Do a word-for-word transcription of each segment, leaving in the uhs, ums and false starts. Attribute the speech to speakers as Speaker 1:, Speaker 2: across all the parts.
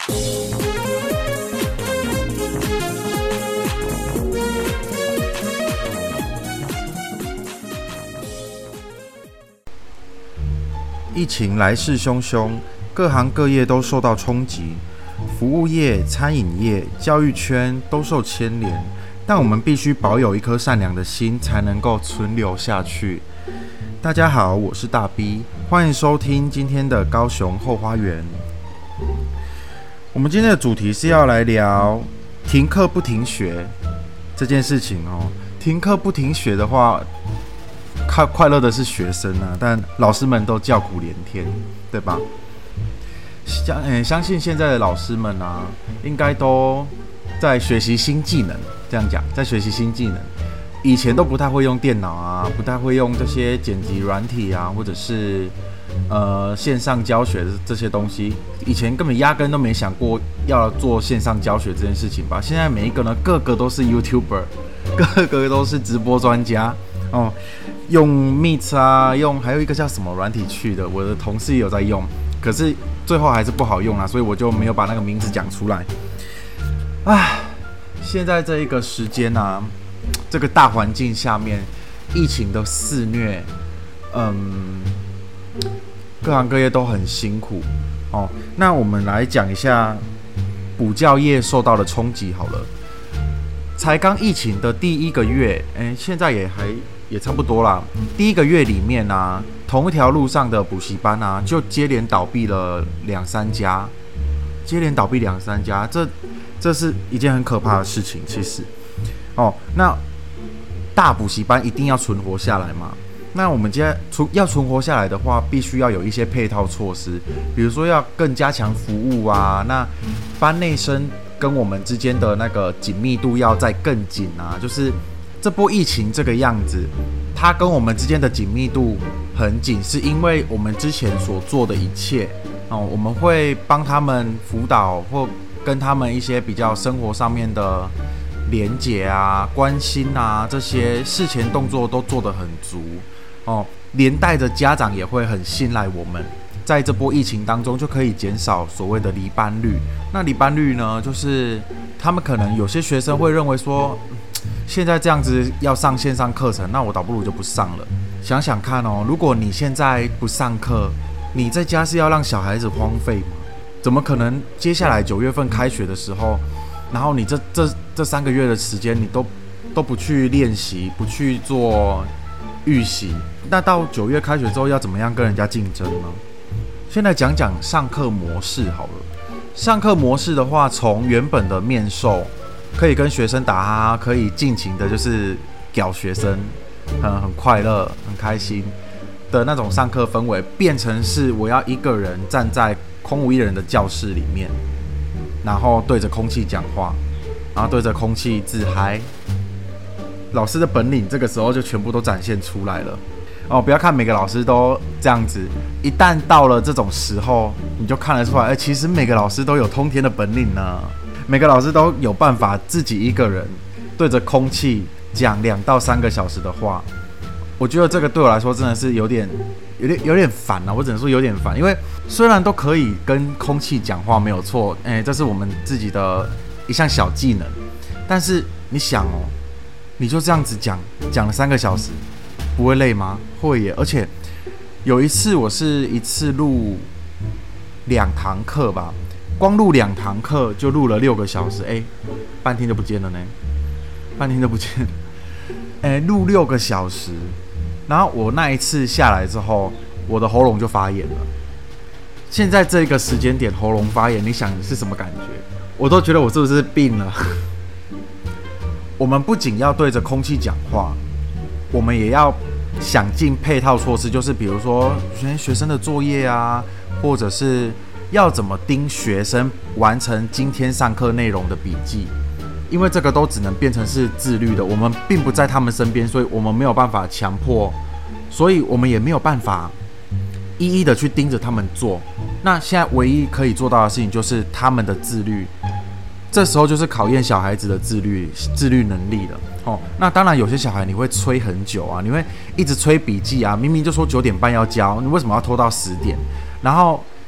Speaker 1: 疫情来势汹汹，各行各业都受到冲击，服务业、餐饮业、教育圈都受牵连。但我们必须保有一颗善良的心，才能够存留下去。大家好，我是大 B， 欢迎收听今天的高雄后花园。我们今天的主题是要来聊停课不停学这件事情哦。停课不停学的话，快快乐的是学生啊，但老师们都叫苦连天，对吧？相、欸、相信现在的老师们啊，应该都在学习新技能。这样讲，在学习新技能，以前都不太会用电脑啊，不太会用这些剪辑软体啊，或者是呃线上教学的这些东西，以前根本压根都没想过要做线上教学这件事情吧。现在每一个呢，个个都是 YouTuber， 个个都是直播专家哦，用 Meet 啊，用还有一个叫什么软体去的，我的同事也有在用，可是最后还是不好用啊，所以我就没有把那个名字讲出来。唉。现在这一个时间啊，这个大环境下面，疫情的肆虐，嗯，各行各业都很辛苦哦。那我们来讲一下补教业受到的冲击好了。才刚疫情的第一个月，哎，现在也还也差不多啦。第一个月里面啊，同一条路上的补习班啊，就接连倒闭了两三家，接连倒闭两三家，这。这是一件很可怕的事情，其实，哦，那大补习班一定要存活下来嘛？那我们今天要存活下来的话，必须要有一些配套措施，比如说要更加强服务啊，那班内生跟我们之间的那个紧密度要再更紧啊，就是这波疫情这个样子，它跟我们之间的紧密度很紧，是因为我们之前所做的一切哦，我们会帮他们辅导或。跟他们一些比较生活上面的连结啊、关心啊，这些事前动作都做得很足哦，连带着家长也会很信赖我们，在这波疫情当中就可以减少所谓的离班率。那离班率呢，就是他们可能有些学生会认为说，现在这样子要上线上课程，那我倒不如就不上了。想想看哦，如果你现在不上课，你在家是要让小孩子荒废吗？怎么可能？接下来九月份开学的时候，然后你这这这三个月的时间，你都都不去练习，不去做预习，那到九月开学之后要怎么样跟人家竞争呢？现在讲讲上课模式好了。上课模式的话，从原本的面授，可以跟学生打哈哈，可以尽情的就是屌学生，很很快乐、很开心的那种上课氛围，变成是我要一个人站在空无一人的教室里面，然后对着空气讲话，然后对着空气自嗨。老师的本领这个时候就全部都展现出来了哦！不要看每个老师都这样子，一旦到了这种时候，你就看得出来，哎，其实每个老师都有通天的本领呢。每个老师都有办法自己一个人对着空气讲两到三个小时的话。我觉得这个对我来说真的是有点、有点、有点烦啊！我只能说有点烦，因为虽然都可以跟空气讲话没有错，哎、欸，这是我们自己的一项小技能，但是你想哦，你就这样子讲，讲了三个小时，不会累吗？会耶！而且有一次我是一次录两堂课吧，光录两堂课就录了六个小时，哎、欸，半天就不见了呢，半天就不见了，哎、欸，录六个小时。然后我那一次下来之后，我的喉咙就发炎了。现在这个时间点喉咙发炎，你想是什么感觉？我都觉得我是不是病了？我们不仅要对着空气讲话，我们也要想尽配套措施，就是比如说学生的作业啊，或者是要怎么盯学生完成今天上课内容的笔记。因为这个都只能变成是自律的，我们并不在他们身边，所以我们没有办法强迫，所以我们也没有办法一一的去盯着他们做。那现在唯一可以做到的事情就是他们的自律，这时候就是考验小孩子的自律自律能力了。哦，那当然有些小孩你会催很久啊，你会一直催笔记啊，明明就说九点半要交，你为什么要拖到十点？然后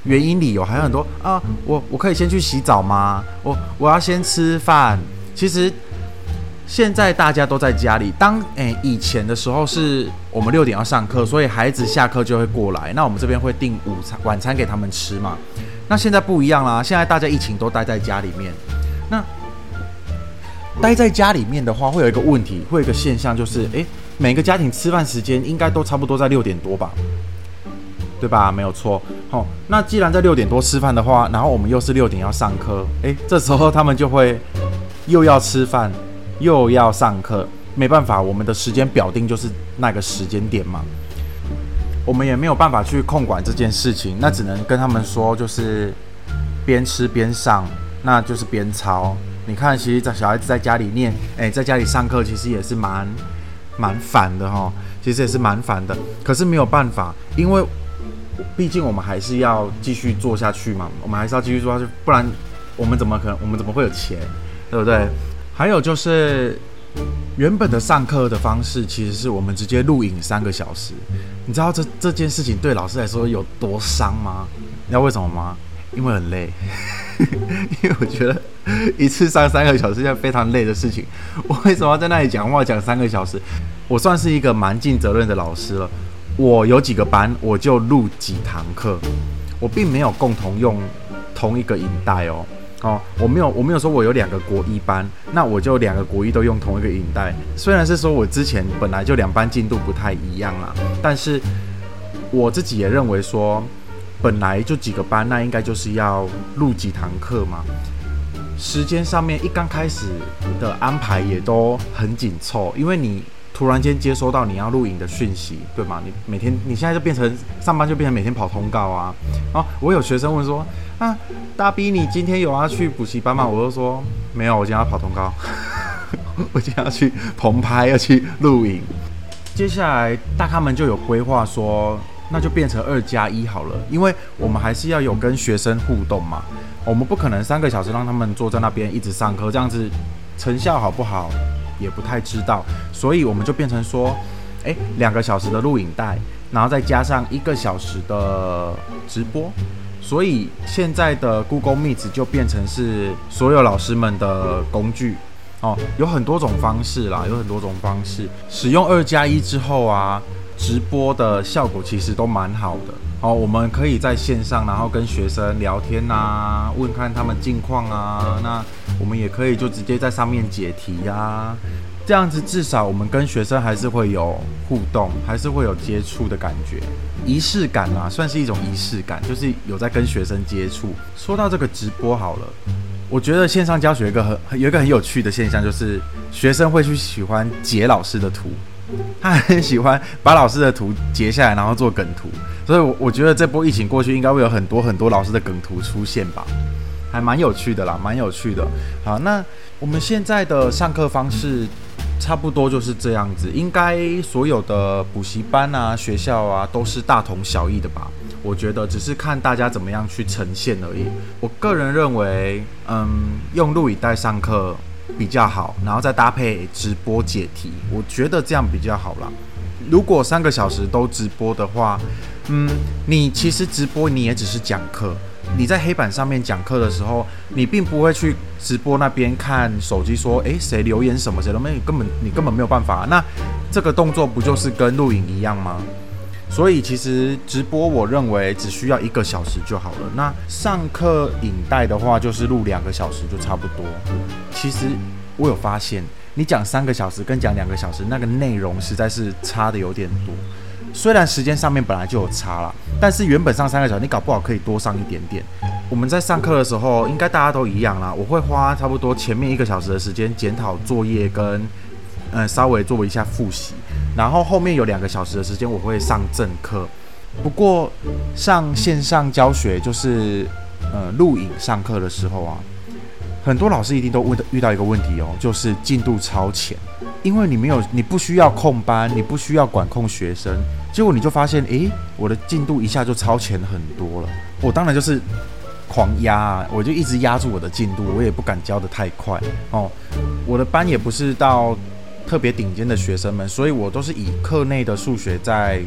Speaker 1: 原因理由还有很多啊，我我可以先去洗澡吗？我我要先吃饭。其实现在大家都在家里，当诶、欸、以前的时候是我们六点要上课，所以孩子下课就会过来，那我们这边会订午餐晚餐给他们吃嘛。那现在不一样啦，现在大家疫情都待在家里面，那待在家里面的话，会有一个问题，会有一个现象，就是诶、欸、每个家庭吃饭时间应该都差不多在六点多吧。对吧？没有错。哦，那既然在六点多吃饭的话，然后我们又是六点要上课，哎，这时候他们就会又要吃饭，又要上课，没办法，我们的时间表定就是那个时间点嘛，我们也没有办法去控管这件事情，那只能跟他们说，就是边吃边上，那就是边操。你看，其实小孩子在家里念，哎，在家里上课，其实也是蛮蛮烦的哈，其实也是蛮烦的。可是没有办法，因为毕竟我们还是要继续做下去嘛，我们还是要继续做下去，不然我们怎么可能，我们怎么会有钱，对不对？还有就是原本的上课的方式，其实是我们直接录影三个小时，你知道这这件事情对老师来说有多伤吗？你知道为什么吗？因为很累，因为我觉得一次上三个小时是件非常累的事情。我为什么要在那里讲话讲三个小时？我算是一个蛮尽责任的老师了。我有几个班，我就录几堂课，我并没有共同用同一个影带哦。哦，我没有，我没有说我有两个国一班，那我就两个国一都用同一个影带。虽然是说我之前本来就两班进度不太一样啦，但是我自己也认为说，本来就几个班，那应该就是要录几堂课嘛。时间上面一刚开始的安排也都很紧凑，因为你突然间接收到你要录影的讯息，对吗？你每天你现在就变成上班就变成每天跑通告啊。哦，我有学生问说啊，大 B 你今天有要去补习班吗？我就说没有，我今天要跑通告，我今天要去棚拍，要去录影。接下来大咖们就有规划说，那就变成二加一好了，因为我们还是要有跟学生互动嘛，我们不可能三个小时让他们坐在那边一直上课，这样子成效好不好？也不太知道，所以我们就变成说，哎，两个小时的录影带，然后再加上一个小时的直播，所以现在的 Google Meet 就变成是所有老师们的工具哦，有很多种方式啦，有很多种方式。使用二加一之后啊，直播的效果其实都蛮好的哦。我们可以在线上，然后跟学生聊天啊，问看他们近况啊，那我们也可以就直接在上面解题啊，这样子至少我们跟学生还是会有互动，还是会有接触的感觉，仪式感啊，算是一种仪式感，就是有在跟学生接触。说到这个直播好了，我觉得线上教学有一个很有一个很有趣的现象，就是学生会去喜欢截老师的图，他很喜欢把老师的图截下来，然后做梗图，所以我我觉得这波疫情过去，应该会有很多很多老师的梗图出现吧。还蛮有趣的啦，蛮有趣的。好，那我们现在的上课方式差不多就是这样子，应该所有的补习班啊、学校啊都是大同小异的吧？我觉得只是看大家怎么样去呈现而已。我个人认为，嗯，用录影带上课比较好，然后再搭配直播解题，我觉得这样比较好啦。如果三个小时都直播的话，嗯，你其实直播你也只是讲课。你在黑板上面讲课的时候，你并不会去直播那边看手机说，诶，谁留言什么谁都没有，根本你根本没有办法。那这个动作不就是跟录影一样吗？所以其实直播我认为只需要一个小时就好了。那上课影带的话，就是录两个小时就差不多。其实我有发现，你讲三个小时跟讲两个小时，那个内容实在是差的有点多。虽然时间上面本来就有差啦，但是原本上三个小时，你搞不好可以多上一点点。我们在上课的时候，应该大家都一样啦。我会花差不多前面一个小时的时间检讨作业跟，呃，稍微做一下复习，然后后面有两个小时的时间我会上正课。不过上线上教学就是呃录影上课的时候啊，很多老师一定都遇到一个问题哦，就是进度超前。因为你没有，你不需要控班，你不需要管控学生，结果你就发现，诶，我的进度一下就超前很多了。我当然就是狂压啊，我就一直压住我的进度，我也不敢教得太快哦。我的班也不是到特别顶尖的学生们，所以我都是以课内的数学在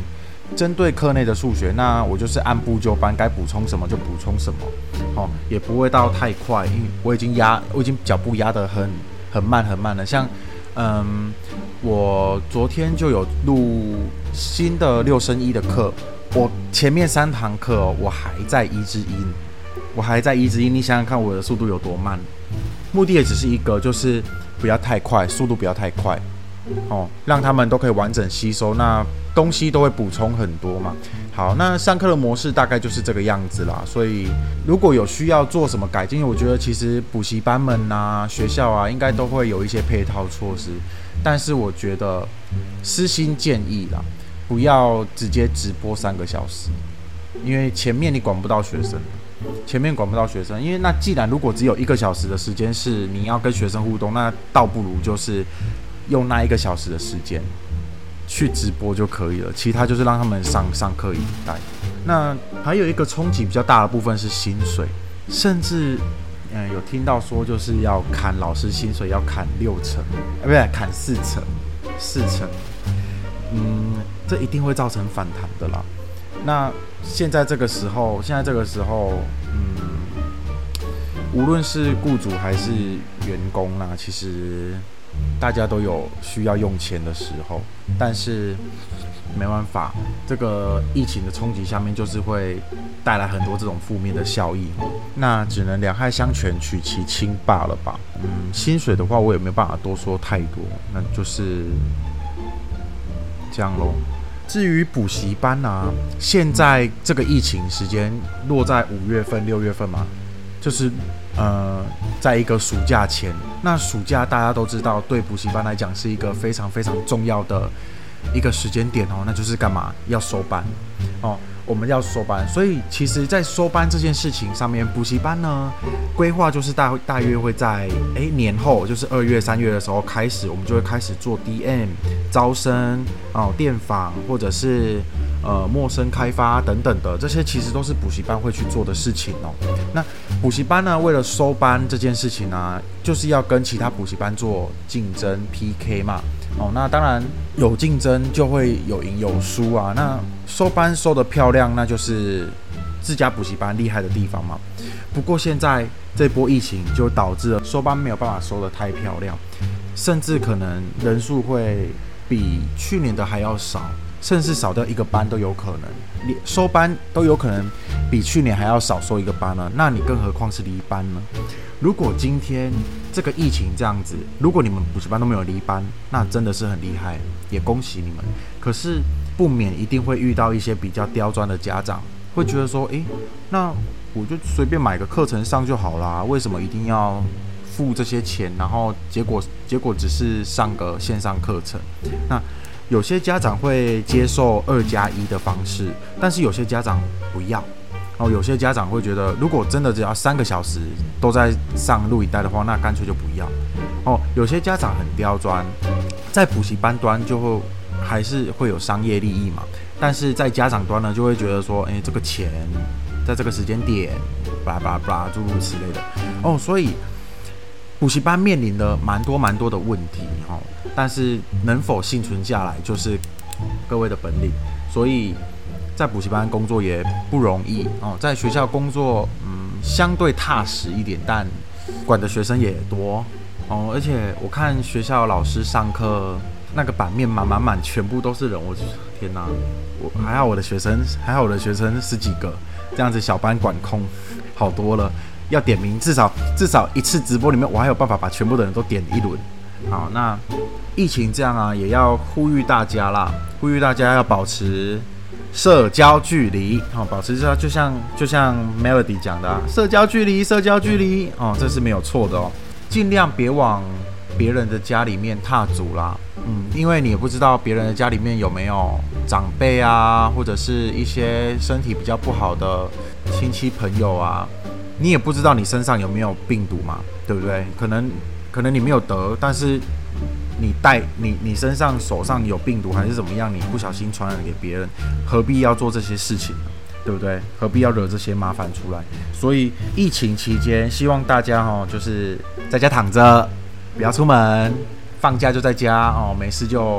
Speaker 1: 针对课内的数学，那我就是按部就班，该补充什么就补充什么，哦，也不会到太快，因为我已经压，我已经脚步压得很很慢很慢了。像，嗯，我昨天就有录新的六升一的课，我前面三堂课、哦、我还在一至一，我还在一至一，你想想看我的速度有多慢。目的也只是一个，就是不要太快，速度不要太快，哦，让他们都可以完整吸收，那东西都会补充很多嘛。好，那上课的模式大概就是这个样子啦。所以如果有需要做什么改进，我觉得其实补习班们啊、学校啊，应该都会有一些配套措施。但是我觉得私心建议啦，不要直接直播三个小时，因为前面你管不到学生。前面管不到学生，因为那既然如果只有一个小时的时间是你要跟学生互动，那倒不如就是用那一个小时的时间去直播就可以了，其他就是让他们上上课以待。那还有一个冲击比较大的部分是薪水，甚至嗯有听到说就是要砍老师薪水，要砍六成，啊不是砍四成，四成，嗯，这一定会造成反弹的啦。那现在这个时候，现在这个时候，嗯，无论是雇主还是员工啦，其实大家都有需要用钱的时候，但是没办法，这个疫情的冲击下面，就是会带来很多这种负面的效益，那只能两害相权取其轻罢了吧。嗯，薪水的话，我也没有办法多说太多，那就是这样咯。至于补习班啊，现在这个疫情时间落在五月份、六月份嘛，就是呃，在一个暑假前。那暑假大家都知道，对补习班来讲是一个非常非常重要的一个时间点哦，那就是干嘛？要收班哦。我们要收班，所以其实，在收班这件事情上面，补习班呢规划就是大大约会在哎年后，就是二月、三月的时候开始，我们就会开始做 D M 招生哦、电访或者是呃陌生开发等等的，这些其实都是补习班会去做的事情哦。那补习班呢，为了收班这件事情呢、啊，就是要跟其他补习班做竞争 P K 嘛。哦，那当然有竞争就会有赢有输啊。那收班收得漂亮，那就是自家补习班厉害的地方嘛。不过现在这波疫情就导致了收班没有办法收得太漂亮，甚至可能人数会比去年的还要少，甚至少掉一个班都有可能，收班都有可能比去年还要少收一个班了。那你更何况是离班呢？如果今天这个疫情这样子，如果你们补习班都没有离班，那真的是很厉害，也恭喜你们。可是不免一定会遇到一些比较刁钻的家长，会觉得说，诶，那我就随便买个课程上就好啦，为什么一定要付这些钱？然后结果结果只是上个线上课程。那有些家长会接受二加一的方式，但是有些家长不要。哦，有些家长会觉得，如果真的只要三个小时都在上录影带的话，那干脆就不要。哦，有些家长很刁钻，在补习班端就会还是会有商业利益嘛，但是在家长端呢，就会觉得说，哎，这个钱在这个时间点，巴拉巴拉巴拉诸如此类的。哦，所以补习班面临了蛮多蛮多的问题哦，但是能否幸存下来，就是各位的本领。所以在补习班工作也不容易哦，在学校工作，嗯，相对踏实一点，但管的学生也多哦。而且我看学校老师上课，那个版面满满满，全部都是人，我就天哪！我还好我的学生，还好我的学生十几个，这样子小班管控好多了。要点名，至少至少一次直播里面，我还有办法把全部的人都点一轮。好，那疫情这样啊，也要呼吁大家啦，呼吁大家要保持社交距离，哦，保持这就像就像 Melody 讲的、啊，社交距离，社交距离，哦，这是没有错的哦，尽量别往别人的家里面踏足啦，嗯，因为你也不知道别人的家里面有没有长辈啊，或者是一些身体比较不好的亲戚朋友啊，你也不知道你身上有没有病毒嘛，对不对？可能可能你没有得，但是你带你你身上手上有病毒还是怎么样，你不小心传染给别人，何必要做这些事情呢？对不对？何必要惹这些麻烦出来？所以疫情期间，希望大家哦，就是在家躺着，不要出门，放假就在家哦，没事就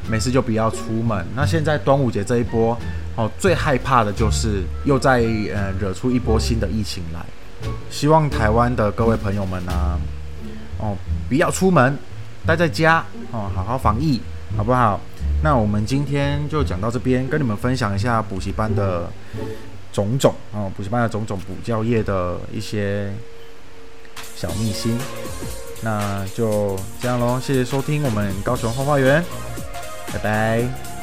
Speaker 1: 没事就不要出门。那现在端午节这一波，哦，最害怕的就是又在呃惹出一波新的疫情来。希望台湾的各位朋友们啊，哦，不要出门，待在家哦，好好防疫，好不好？那我们今天就讲到这边，跟你们分享一下补习班的种种哦，补习班的种种补教业的一些小秘辛。那就这样咯，谢谢收听我们高雄后花园，拜拜。